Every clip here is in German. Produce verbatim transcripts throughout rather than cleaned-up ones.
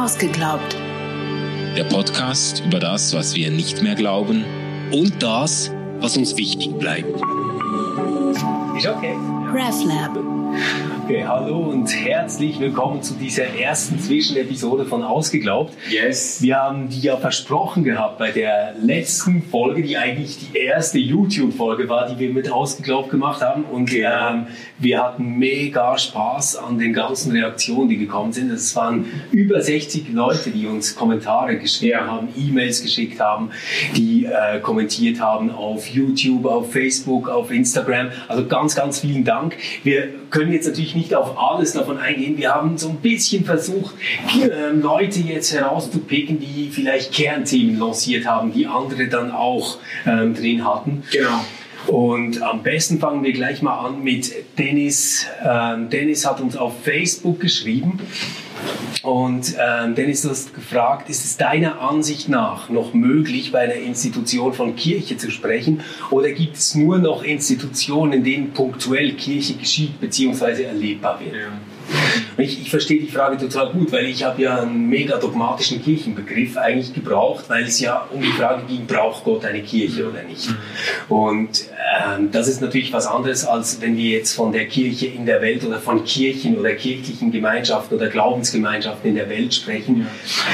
Ausgeglaubt. Der Podcast über das, was wir nicht mehr glauben und das, was uns wichtig bleibt. Ist okay. RefLab. Okay, hallo und herzlich willkommen zu dieser ersten Zwischenepisode von Ausgeglaubt. Yes. Wir haben die ja versprochen gehabt bei der letzten Folge, die eigentlich die erste YouTube-Folge war, die wir mit Ausgeglaubt gemacht haben. Und Ja. ähm, wir hatten mega Spaß an den ganzen Reaktionen, die gekommen sind. Es waren über sechzig Leute, die uns Kommentare geschrieben Ja. haben, E-Mails geschickt haben, die äh, kommentiert haben auf YouTube, auf Facebook, auf Instagram. Also ganz, ganz vielen Dank. Wir können jetzt natürlich nicht auf alles davon eingehen. Wir haben so ein bisschen versucht, äh, Leute jetzt herauszupicken, die vielleicht Kernthemen lanciert haben, die andere dann auch ähm, drin hatten. Genau. Und am besten fangen wir gleich mal an mit Dennis. Ähm, Dennis hat uns auf Facebook geschrieben. Und ähm, Dennis, du hast gefragt, ist es deiner Ansicht nach noch möglich, bei einer Institution von Kirche zu sprechen? Oder gibt es nur noch Institutionen, in denen punktuell Kirche geschieht bzw. erlebbar wird? Ja. Ich, ich verstehe die Frage total gut, weil ich habe ja einen mega dogmatischen Kirchenbegriff eigentlich gebraucht, weil es ja um die Frage ging, braucht Gott eine Kirche oder nicht? Und ähm, das ist natürlich was anderes, als wenn wir jetzt von der Kirche in der Welt oder von Kirchen oder kirchlichen Gemeinschaften oder Glaubensgemeinschaften in der Welt sprechen.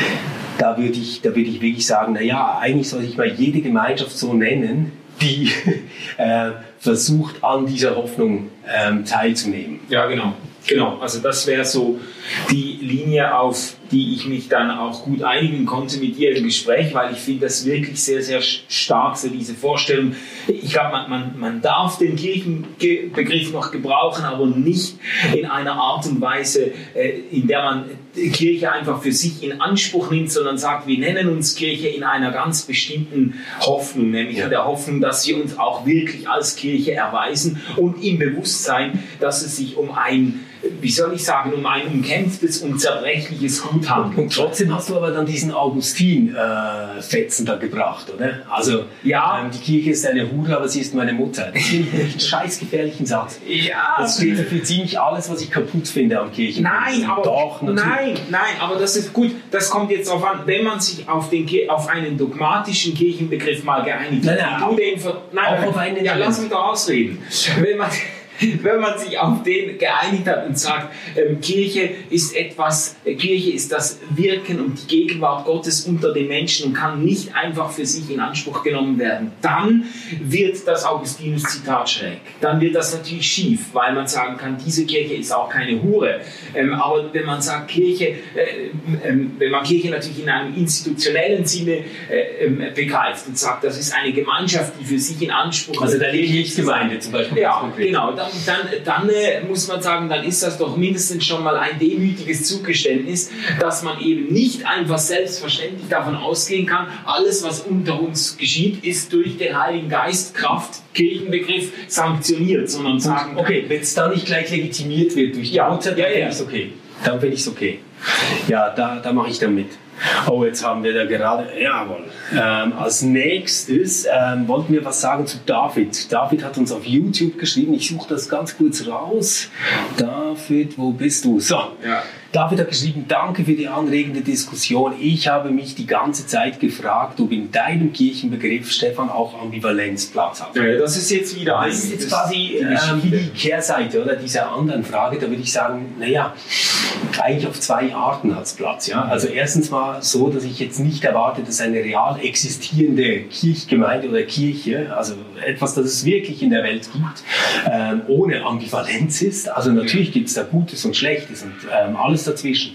Da würde ich, da würde ich wirklich sagen, naja, eigentlich sollte ich mal jede Gemeinschaft so nennen, die äh, versucht, an dieser Hoffnung ähm, teilzunehmen. Ja, genau. Genau, also das wäre so die Linie, auf die ich mich dann auch gut einigen konnte mit dir im Gespräch, weil ich finde das wirklich sehr, sehr stark, so diese Vorstellung. Ich glaube, man, man, man darf den Kirchenbegriff noch gebrauchen, aber nicht in einer Art und Weise, in der man die Kirche einfach für sich in Anspruch nimmt, sondern sagt, wir nennen uns Kirche in einer ganz bestimmten Hoffnung, nämlich in der Hoffnung, dass wir uns auch wirklich als Kirche erweisen und im Bewusstsein, dass es sich um ein, wie soll ich sagen, um ein umkämpftes und zerbrechliches Gut handelt. Und trotzdem hast du aber dann diesen Augustin-Fetzen äh, da gebracht, oder? Also, ja. ähm, die Kirche ist eine Hure, aber sie ist meine Mutter. Das finde ich einen scheiß gefährlichen Satz. Ja. Das steht für ziemlich alles, was ich kaputt finde am Kirchen. Nein, aber, Doch, nein, nein, aber das ist gut. Das kommt jetzt darauf an, wenn man sich auf, den, auf einen dogmatischen Kirchenbegriff mal geeinigt hat. Nein, nein, den ver- nein, auch nein, auf einen ja, lass mich doch ausreden. Wenn man... Wenn man sich auf den geeinigt hat und sagt, ähm, Kirche ist etwas, äh, Kirche ist das Wirken und die Gegenwart Gottes unter den Menschen und kann nicht einfach für sich in Anspruch genommen werden, dann wird das Augustinus-Zitat schräg. Dann wird das natürlich schief, weil man sagen kann, diese Kirche ist auch keine Hure. Ähm, aber wenn man sagt, Kirche, äh, äh, wenn man Kirche natürlich in einem institutionellen Sinne äh, äh, begreift und sagt, das ist eine Gemeinschaft, die für sich in Anspruch... Also deine Kirchgemeinde zum Beispiel. Ja, genau. Dann, dann, dann äh, muss man sagen, dann ist das doch mindestens schon mal ein demütiges Zugeständnis, dass man eben nicht einfach selbstverständlich davon ausgehen kann, alles, was unter uns geschieht, ist durch den Heiligen Geist, Kraft, Kirchenbegriff sanktioniert, sondern sagen, okay, wenn es dann nicht gleich legitimiert wird durch die Ja, Mutter, dann ja, finde ja. ich es okay. Dann finde ich es okay. Ja, da, da mache ich dann mit. Oh, jetzt haben wir da gerade, jawohl. Ähm, als nächstes ähm, wollten wir was sagen zu David. David hat uns auf YouTube geschrieben, ich suche das ganz kurz raus. David, wo bist du? So, Ja. David hat geschrieben, danke für die anregende Diskussion. Ich habe mich die ganze Zeit gefragt, ob in deinem Kirchenbegriff, Stefan, auch Ambivalenz Platz hat. Ja, das ist jetzt wieder ein... Das ist jetzt quasi äh, wie die Kehrseite oder dieser anderen Frage. Da würde ich sagen, naja, eigentlich auf zwei Arten hat es Platz. Ja? Also erstens mal so, dass ich jetzt nicht erwarte, dass eine real existierende Kirchgemeinde oder Kirche, also etwas, das es wirklich in der Welt gibt, ähm, ohne Ambivalenz ist. Also natürlich gibt es da Gutes und Schlechtes und ähm, alles dazwischen.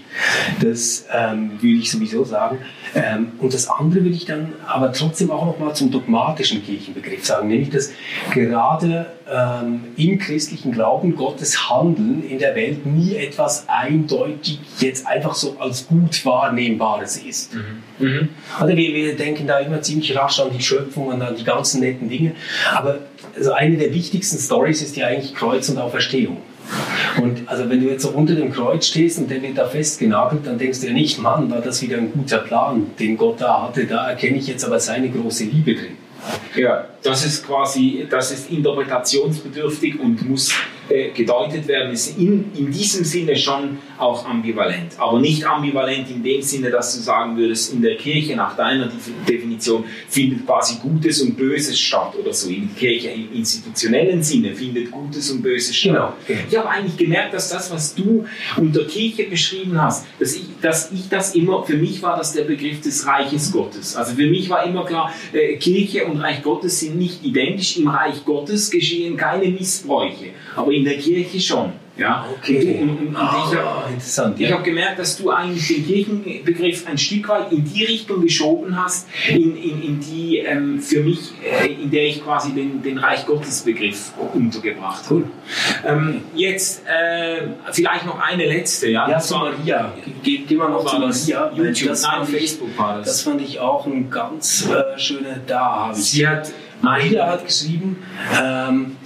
Das ähm, würde ich sowieso sagen. Ähm, und das andere würde ich dann aber trotzdem auch noch mal zum dogmatischen Kirchenbegriff sagen, nämlich dass gerade ähm, im christlichen Glauben Gottes Handeln in der Welt nie etwas eindeutig jetzt einfach so als gut Wahrnehmbares ist. Mhm. Mhm. Also wir, wir denken da immer ziemlich rasch an die Schöpfung und an die ganzen netten Dinge, aber also eine der wichtigsten Storys ist ja eigentlich Kreuz und Auferstehung. Und also wenn du jetzt so unter dem Kreuz stehst und der wird da festgenagelt, dann denkst du ja nicht, Mann, war das wieder ein guter Plan, den Gott da hatte, da erkenne ich jetzt aber seine große Liebe drin. Ja, das ist quasi, das ist interpretationsbedürftig und muss äh, gedeutet werden, ist in, in diesem Sinne schon auch ambivalent. Aber nicht ambivalent in dem Sinne, dass du sagen würdest, in der Kirche nach deiner Definition findet quasi Gutes und Böses statt oder so. In der Kirche im institutionellen Sinne findet Gutes und Böses statt. Genau. Ich habe eigentlich gemerkt, dass das, was du unter Kirche beschrieben hast, dass ich, dass ich das immer, für mich war das der Begriff des Reiches Gottes. Also für mich war immer klar, äh, Kirche und Reich Gottes sind nicht identisch. Im Reich Gottes geschehen keine Missbräuche, aber in der Kirche schon. Ja, okay. Und, und, und ah, ich habe interessant, ich ja. hab gemerkt, dass du eigentlich den Kirchenbegriff ein Stück weit in die Richtung geschoben hast, in, in, in die ähm, für mich, äh, in der ich quasi den, den Reich Gottes Begriff untergebracht habe. Cool. Ähm, jetzt äh, vielleicht noch eine letzte. Ja, Ja, zu Maria. Ge gehen wir noch zu Maria. weil YouTube, das nein, fand ich- Facebook war das. Das fand ich auch ein ganz äh, schöner, da habe ich. Sie hat Maria hat geschrieben, ähm,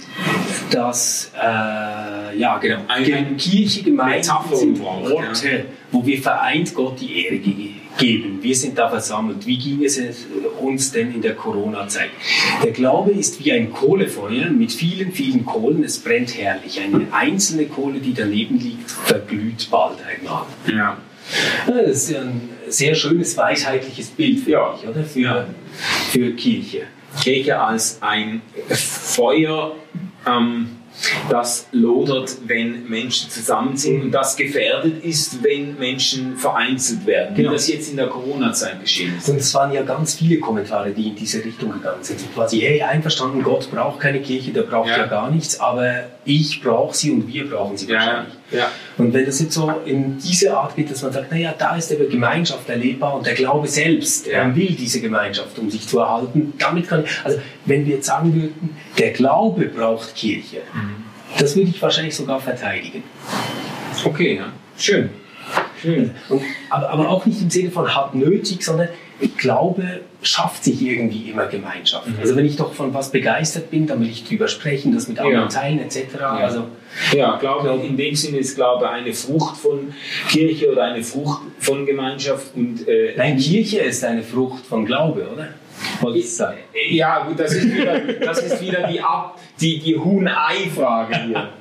dass äh, ja, genau, Ein- Ge- Kirche, Gemeinde Metapher sind braucht, Orte, ja. wo wir vereint Gott die Ehre ge geben. Wir sind da versammelt. Wie ging es uns denn in der Corona-Zeit? Der Glaube ist wie ein Kohlefeuer mit vielen, vielen Kohlen. Es brennt herrlich. Eine einzelne Kohle, die daneben liegt, verglüht bald einmal. ja. Ja, das ist ja ein sehr schönes, weisheitliches Bild, finde Ja. ich, oder? Für, Ja. für Kirche. Kirche als ein Feuer, ähm, das lodert, wenn Menschen zusammen sind und das gefährdet ist, wenn Menschen vereinzelt werden, Genau. wie das jetzt in der Corona-Zeit geschehen ist. Und es waren ja ganz viele Kommentare, die in diese Richtung gegangen sind. Quasi, hey, einverstanden, Gott braucht keine Kirche, der braucht ja, Ja. gar nichts, aber ich brauche sie und wir brauchen sie Ja, wahrscheinlich. ja. Und wenn das jetzt so in diese Art geht, dass man sagt, naja, da ist aber Gemeinschaft erlebbar und der Glaube selbst Ja. ähm, will diese Gemeinschaft, um sich zu erhalten, damit kann ich, also wenn wir jetzt sagen würden, der Glaube braucht Kirche, Mhm. das würde ich wahrscheinlich sogar verteidigen. Okay, ja. Schön. Schön. Und, aber, aber auch nicht im Sinne von hat nötig, sondern ich glaube, schafft sich irgendwie immer Gemeinschaft. Mhm. Also wenn ich doch von was begeistert bin, dann will ich drüber sprechen, das mit anderen Ja. teilen et cetera. Ja. Also, Ja, Glaube, in dem Sinne ist Glaube eine Frucht von Kirche oder eine Frucht von Gemeinschaft. Und, äh, nein, Kirche ist eine Frucht von Glaube, oder? Wolltest du sagen? Ja, gut, das ist wieder, das ist wieder die, Ab, die, die Huhn-Ei-Frage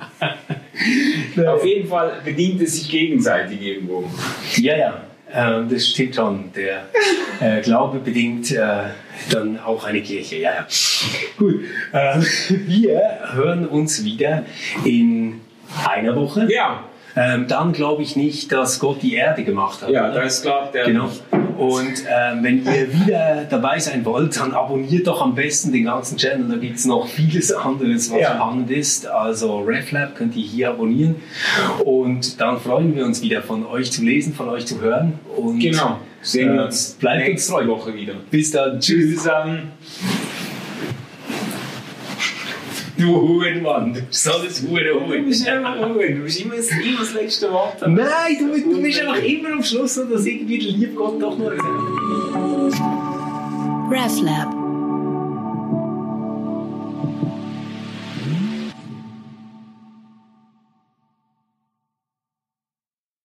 hier. Auf jeden Fall bedient es sich gegenseitig irgendwo. Ja, ja, äh, das stimmt schon. Der äh, Glaube bedingt äh, dann auch eine Kirche. Ja, ja. Gut, äh, wir hören uns wieder in einer Woche. Ja, Ähm, dann glaube ich nicht, dass Gott die Erde gemacht hat. ja oder? das glaubt er Genau. nicht. Und ähm, wenn ihr wieder dabei sein wollt, dann abonniert doch am besten den ganzen Channel. Da gibt es noch vieles anderes, was Ja. spannend ist. Also RefLab könnt ihr hier abonnieren. Und dann freuen wir uns wieder, von euch zu lesen, von euch zu hören. Und Genau. Sehen wir äh, uns bleibt uns nächste treu. Woche wieder. Bis dann. Tschüss Tschüss. zusammen. Du Hurenmann. Du bist alles Huren, Du Huren. bist immer Huhn. Du bist immer das, immer das letzte Wort. Nein, du, du bist einfach immer am Schluss, dass irgendwie der liebe Gott doch noch... RefLab